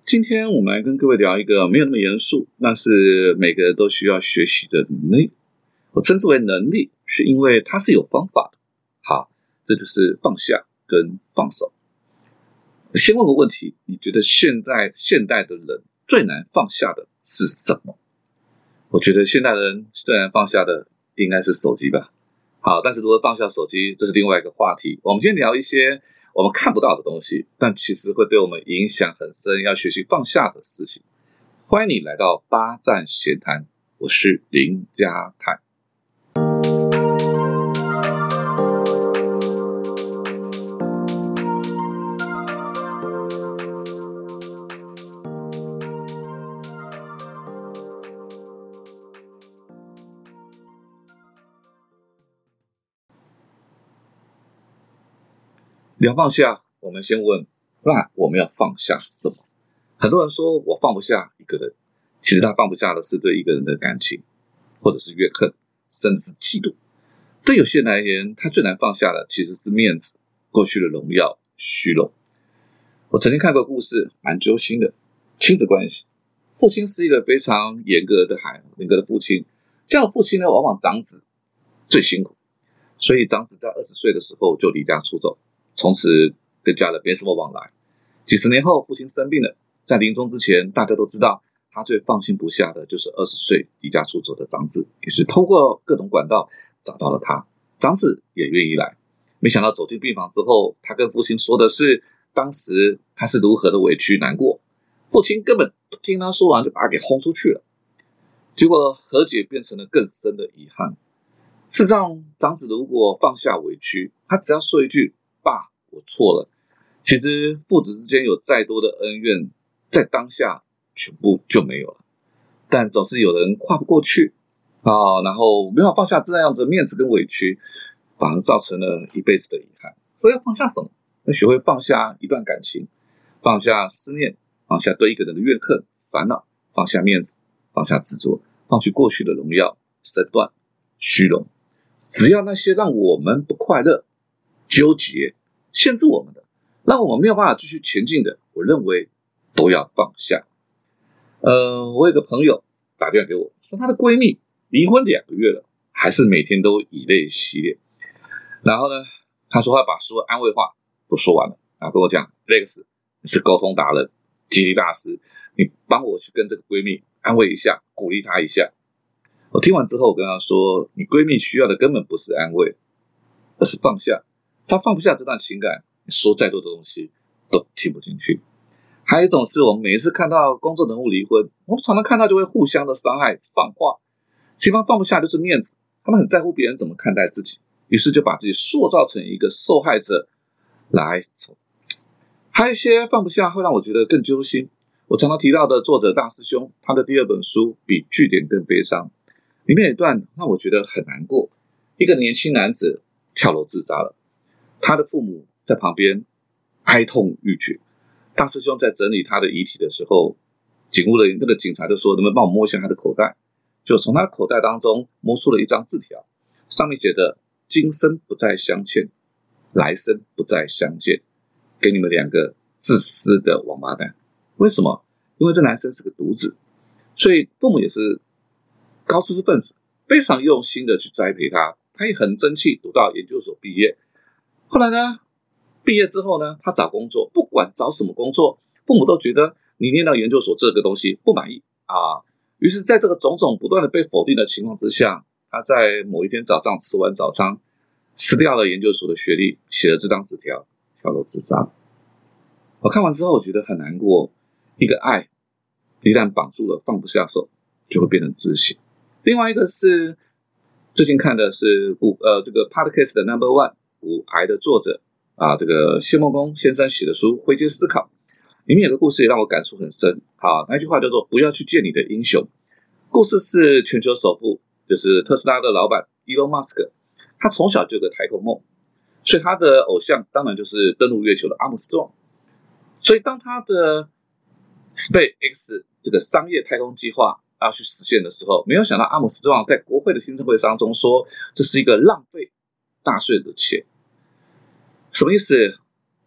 今天我们来跟各位聊一个没有那么严肃，但是每个人都需要学习的能力。我称之为能力，是因为它是有方法的。好，这就是放下跟放手。先问个问题，你觉得现代的人最难放下的是什么？我觉得现代人最难放下的应该是手机吧。好，但是如何放下手机，这是另外一个话题。我们今天聊一些我们看不到的东西，但其实会对我们影响很深，要学习放下的事情。欢迎你来到八站闲谈，我是林家泰。聊放下，我们先问，那我们要放下什么？很多人说我放不下一个人，其实他放不下的是对一个人的感情，或者是怨恨，甚至是嫉妒。对有些人而言，他最难放下的其实是面子、过去的荣耀、虚荣。我曾经看过故事，蛮揪心的。亲子关系，父亲是一个非常严格的父亲，这样的父亲呢，往往长子最辛苦，所以长子在20岁的时候就离家出走。从此跟家人没什么往来。几十年后，父亲生病了，在临终之前，大家都知道他最放心不下的就是20岁离家出走的长子，于是透过各种管道找到了他，长子也愿意来。没想到走进病房之后，他跟父亲说的是当时他是如何的委屈难过，父亲根本不听他说完就把他给轰出去了。结果和解变成了更深的遗憾。事实上，长子如果放下委屈，他只要说一句爸，我错了。其实父子之间有再多的恩怨，在当下全部就没有了。但总是有人跨不过去然后没法放下这样子的面子跟委屈，反而造成了一辈子的遗憾。所以要放下什么？要学会放下一段感情，放下思念，放下对一个人的怨恨、烦恼，放下面子，放下执着，放弃过去的荣耀、身段、虚荣。只要那些让我们不快乐、纠结、限制我们的，让我们没有办法继续前进的，我认为都要放下。我有个朋友打电话给我，说她的闺蜜离婚2个月了，还是每天都以泪洗脸。然后呢，她说她把所有安慰话都说完了，然后跟我讲 Lex 你是沟通达人、激励大师，你帮我去跟这个闺蜜安慰一下，鼓励她一下。我听完之后，我跟她说，你闺蜜需要的根本不是安慰，而是放下。她放不下这段情感，你说再多的东西都听不进去。还有一种是我们每一次看到公众人物离婚，我们常常看到就会互相的伤害、放话。对方放不下就是面子，他们很在乎别人怎么看待自己，于是就把自己塑造成一个受害者来走。还有一些放不下会让我觉得更揪心。我常常提到的作者大师兄，他的第2本书比据点更悲伤，里面有一段让我觉得很难过。一个年轻男子跳楼自杀了，他的父母在旁边哀痛欲绝。大师兄在整理他的遗体的时候，警务的那个警察就说，能不能帮我摸一下他的口袋，就从他的口袋当中摸出了一张字条，上面写的今生不再相欠，来生不再相见，给你们2个自私的王八蛋。为什么？因为这男生是个独子，所以父母也是高知识分子，非常用心的去栽培他，他也很争气，读到研究所毕业。后来呢，毕业之后呢，他找工作，不管找什么工作，父母都觉得你念到研究所这个东西不满意于是在这个种种不断的被否定的情况之下，他在某一天早上吃完早餐，辞掉了研究所的学历，写了这张纸条，跳楼自杀。我看完之后，我觉得很难过。一个爱一旦绑住了，放不下手，就会变成窒息。另外一个是最近看的是这个 podcast 的 No.1 骨癌的作者这个谢孟恭先生写的书《回归思考》，里面有个故事也让我感触很深。那句话叫做不要去见你的英雄。故事是全球首富，就是特斯拉的老板 Elon Musk， 他从小就有个太空梦，所以他的偶像当然就是登陆月球的阿姆斯壮。所以当他的 SpaceX 这个商业太空计划要去实现的时候，没有想到阿姆斯壮在国会的听证会当中说，这是一个浪费纳税的钱。什么意思？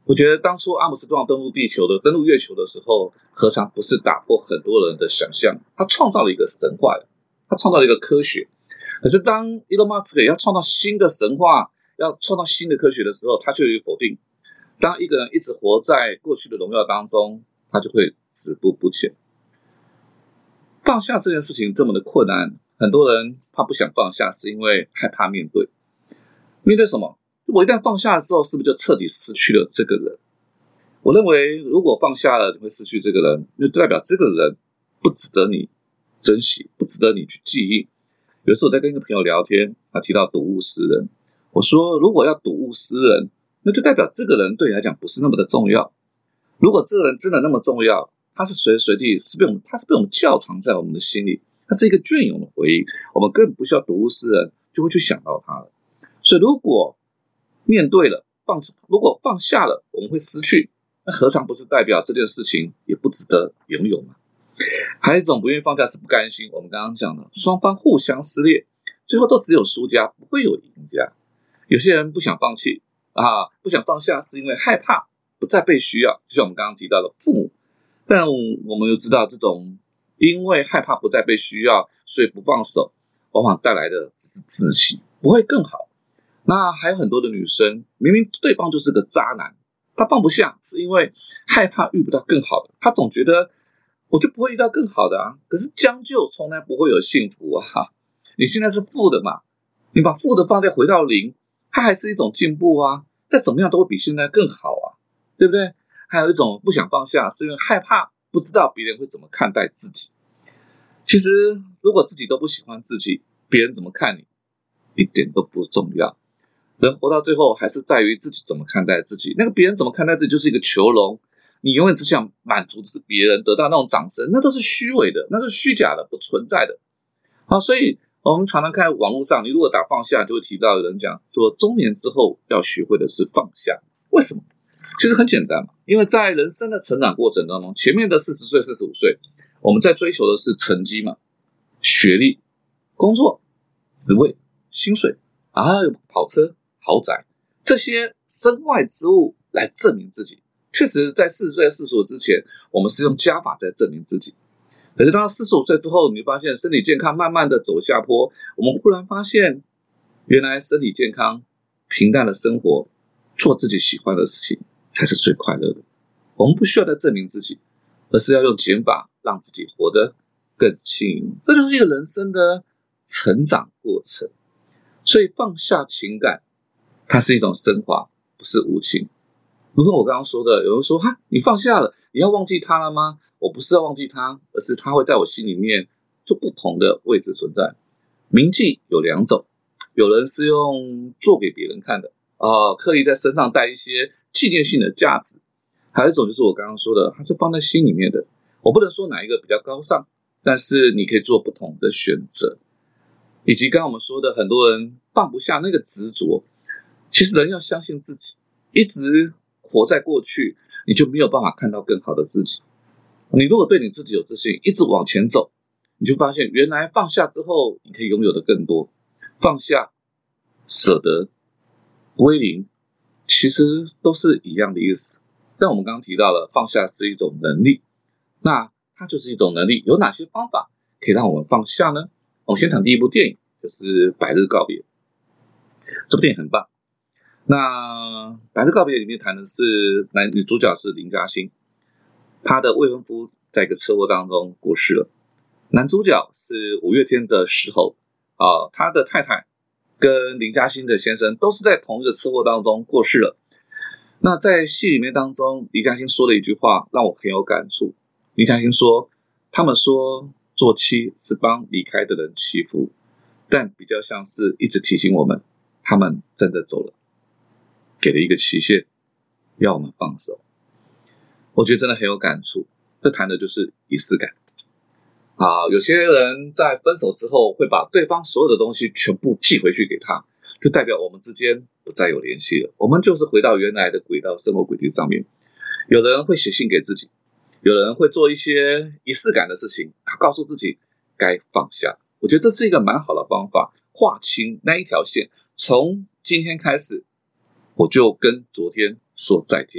我觉得当初阿姆斯特朗登陆月球的时候，何尝不是打破很多人的想象？他创造了一个神话，他创造了一个科学。可是当伊隆马斯克要创造新的神话，要创造新的科学的时候，他却有否定。当一个人一直活在过去的荣耀当中，他就会止步不前。放下这件事情这么的困难，很多人他不想放下，是因为害怕面对。面对什么？我一旦放下之后，是不是就彻底失去了这个人？我认为，如果放下了，你会失去这个人，就代表这个人不值得你珍惜，不值得你去记忆。有时候我在跟一个朋友聊天，他提到睹物思人，我说，如果要睹物思人，那就代表这个人对你来讲不是那么的重要。如果这个人真的那么重要，他是随时随地他是被我们窖藏在我们的心里，他是一个隽永的回忆，我们根本不需要睹物思人，就会去想到他了。所以如果面对了如果放下了，我们会失去，那何尝不是代表这件事情也不值得拥有吗？还有一种不愿意放下是不甘心，我们刚刚讲的双方互相撕裂，最后都只有输家，不会有赢家。有些人不想放弃不想放下是因为害怕不再被需要，就像我们刚刚提到的父母。但我们又知道，这种因为害怕不再被需要，所以不放手，往往带来的只是窒息，不会更好。那还有很多的女生，明明对方就是个渣男，她放不下，是因为害怕遇不到更好的，她总觉得我就不会遇到更好的啊。可是将就从来不会有幸福啊！你现在是负的嘛，你把负的放在回到零，它还是一种进步啊，再怎么样都会比现在更好啊，对不对？还有一种不想放下，是因为害怕不知道别人会怎么看待自己。其实如果自己都不喜欢自己，别人怎么看你一点都不重要。人活到最后还是在于自己怎么看待自己，那个别人怎么看待自己就是一个囚笼，你永远只想满足的是别人得到那种掌声，那都是虚伪的，那是虚假的，不存在的。所以我们常常看网络上，你如果打放下，就会提到有人讲说，中年之后要学会的是放下。为什么？其实很简单嘛，因为在人生的成长过程当中，前面的40岁、45岁，我们在追求的是成绩嘛，学历、工作、职位、薪水跑车、豪宅，这些身外之物来证明自己。确实在40岁、45之前，我们是用加法在证明自己。可是到45岁之后，你会发现身体健康慢慢的走下坡，我们忽然发现，原来身体健康、平淡的生活，做自己喜欢的事情才是最快乐的。我们不需要再证明自己，而是要用减法让自己活得更轻盈。这就是一个人生的成长过程。所以放下情感，它是一种升华，不是无情。如同我刚刚说的，有人说你放下了，你要忘记他了吗？我不是要忘记他，而是他会在我心里面做不同的位置存在。铭记有2种，有人是用做给别人看的刻意在身上带一些纪念性的价值，还有一种就是我刚刚说的，它是放在心里面的。我不能说哪一个比较高尚，但是你可以做不同的选择。以及刚刚我们说的，很多人放不下那个执着，其实人要相信自己，一直活在过去，你就没有办法看到更好的自己。你如果对你自己有自信，一直往前走，你就发现原来放下之后，你可以拥有的更多。放下、舍得、归零，其实都是一样的意思。但我们刚刚提到了，放下是一种能力，那它就是一种能力。有哪些方法可以让我们放下呢？我们先谈第一部电影，就是《百日告别》。这部电影很棒。那《百日告别》里面谈的是女主角是林嘉欣，她的未婚夫在一个车祸当中过世了。男主角是五月天的石猴他的太太跟林嘉欣的先生都是在同一个车祸当中过世了。那在戏里面当中，林嘉欣说了一句话让我很有感触。林嘉欣说，他们说做妻是帮离开的人祈福，但比较像是一直提醒我们，他们真的走了，给了一个期限，要我们放手。我觉得真的很有感触。这谈的就是仪式感有些人在分手之后会把对方所有的东西全部寄回去给他，就代表我们之间不再有联系了，我们就是回到原来的轨道，生活轨迹上面。有人会写信给自己，有人会做一些仪式感的事情，告诉自己该放下。我觉得这是一个蛮好的方法，划清那一条线。从今天开始，我就跟昨天说再见，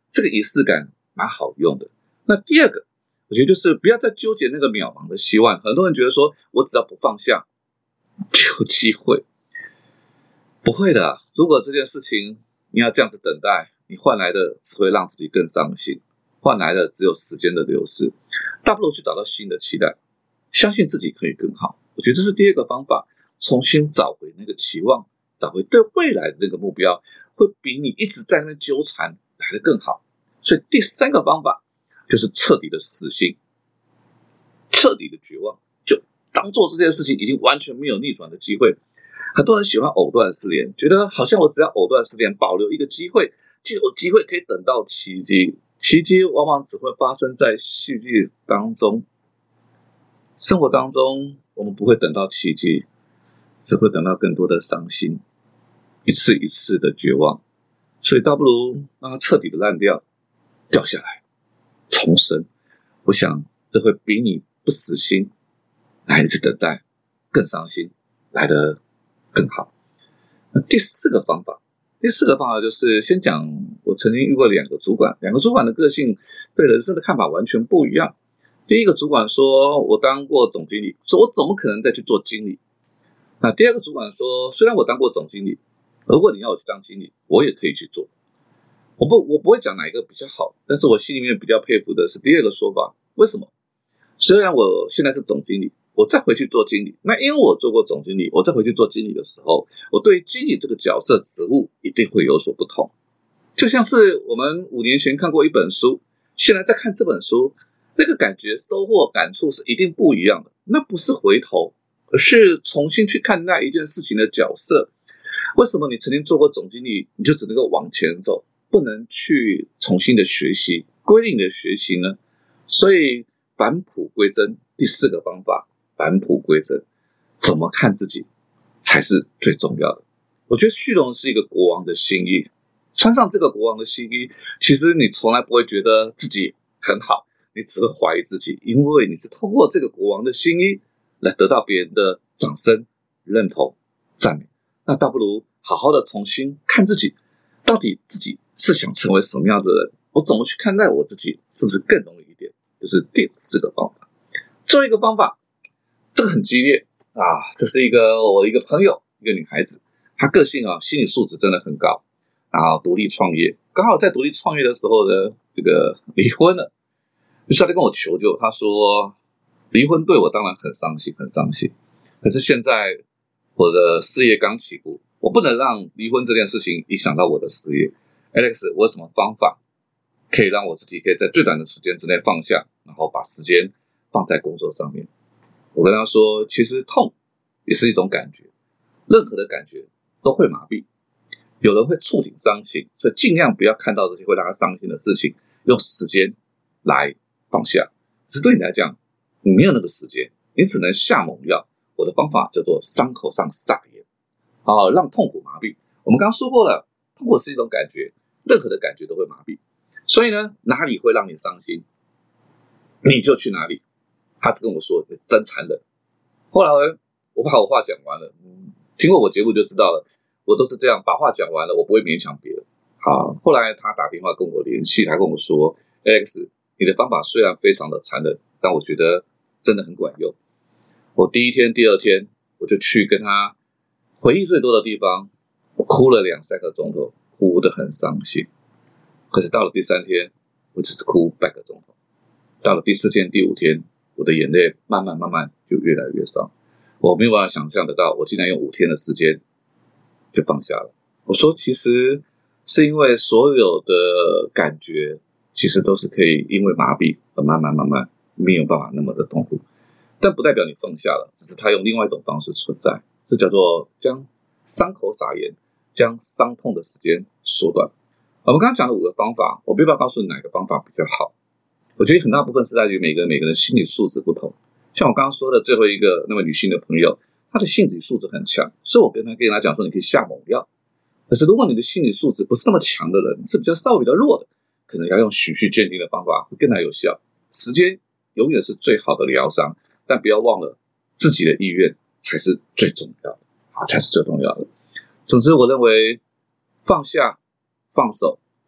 这个仪式感蛮好用的。那第二个，我觉得就是不要再纠结那个渺茫的希望。很多人觉得说我只要不放下就有机会，不会的。如果这件事情你要这样子等待，你换来的只会让自己更伤心，换来的只有时间的流逝。大不如去找到新的期待，相信自己可以更好。我觉得这是第二个方法，重新找回那个期望，找回对未来的那个目标，会比你一直在那纠缠来得更好。所以第三个方法就是彻底的死心，彻底的绝望，就当做这件事情已经完全没有逆转的机会。很多人喜欢藕断丝连，觉得好像我只要藕断丝连，保留一个机会，就有机会可以等到奇迹。奇迹往往只会发生在戏剧当中，生活当中我们不会等到奇迹，只会等到更多的伤心，一次一次的绝望。所以倒不如让它彻底的烂掉，掉下来，重生。我想这会比你不死心来一次等待更伤心来得更好。那第四个方法就是先讲我曾经遇过两个主管的个性对人生的看法完全不一样。第一个主管说我当过总经理，说我怎么可能再去做经理。那第二个主管说，虽然我当过总经理，如果你要我去当经理，我也可以去做。我不会讲哪一个比较好，但是我心里面比较佩服的是第二个说法。为什么？虽然我现在是总经理，我再回去做经理，那因为我做过总经理，我再回去做经理的时候，我对经理这个角色职务一定会有所不同。就像是我们5年前看过一本书，现在再看这本书，那个感觉收获感触是一定不一样的。那不是回头，而是重新去看待一件事情的角色。为什么你曾经做过总经理，你就只能够往前走，不能去重新的学习归零的学习呢？所以返璞归真，第四个方法，返璞归真，怎么看自己才是最重要的。我觉得虚荣是一个国王的新衣，穿上这个国王的新衣，其实你从来不会觉得自己很好，你只会怀疑自己，因为你是通过这个国王的新衣来得到别人的掌声、认同、赞美。那倒不如好好的重新看自己，到底自己是想成为什么样的人，我怎么去看待我自己，是不是更容易一点？就是第四个方法。最后一个方法，这个很激烈啊！这是我一个朋友，一个女孩子，她个性心理素质真的很高，然后独立创业，刚好在独立创业的时候呢，这个离婚了，于是她就跟我求救，她说离婚对我当然很伤心，很伤心，可是现在我的事业刚起步，我不能让离婚这件事情影响到我的事业。Alex， 我有什么方法可以让我自己可以在最短的时间之内放下，然后把时间放在工作上面？我跟他说，其实痛也是一种感觉，任何的感觉都会麻痹，有人会触景伤情，所以尽量不要看到这些会让他伤心的事情，用时间来放下。可是对你来讲，你没有那个时间，你只能下猛药。我的方法叫做伤口上撒盐，让痛苦麻痹。我们刚刚说过了，痛苦是一种感觉，任何的感觉都会麻痹。所以呢，哪里会让你伤心，你就去哪里。他只跟我说真残忍。后来我把我话讲完了，听过我节目就知道了，我都是这样，把话讲完了，我不会勉强别人。好，后来他打电话跟我联系，他跟我说 Alex， 你的方法虽然非常的残忍，但我觉得真的很管用。我第一天第二天我就去跟他回忆最多的地方，我哭了2-3个钟头，哭得很伤心。可是到了第3天，我只是哭半个钟头。到了第4天第5天，我的眼泪慢慢就越来越少。我没有办法想象得到，我竟然用5天的时间就放下了。我说其实是因为所有的感觉其实都是可以因为麻痹而慢慢没有办法那么的痛苦，但不代表你放下了，只是它用另外一种方式存在，这叫做将伤口撒盐，将伤痛的时间缩短。我们刚刚讲的5个方法，我没办法告诉你哪个方法比较好。我觉得很大部分是在于每个人心理素质不同。像我刚刚说的最后一个那位女性的朋友，她的心理素质很强，所以我跟她讲说，你可以下猛药。可是如果你的心理素质不是那么强的人，是稍微比较弱的，可能要用循序渐进的方法会更加有效。时间永远是最好的疗伤，但不要忘了自己的意愿才是最重要的，才是最重要的。总之，我认为放下、放手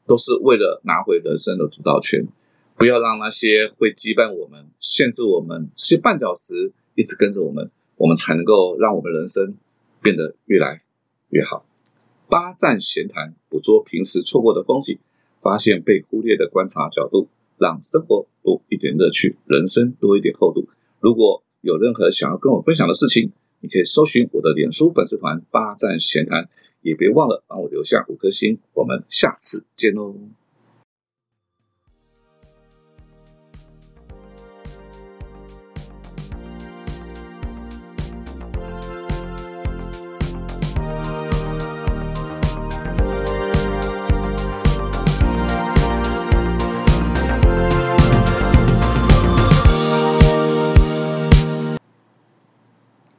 都是为了拿回人生的主导权。不要让那些会羁绊我们、限制我们这些绊脚石一直跟着我们，我们才能够让我们人生变得越来越好。8站闲谈，捕捉平时错过的风景，发现被忽略的观察角度，让生活多一点乐趣，人生多一点厚度。如果有任何想要跟我分享的事情，你可以搜寻我的脸书粉丝团8站闲谈，也别忘了帮我留下5颗星。我们下次见喽。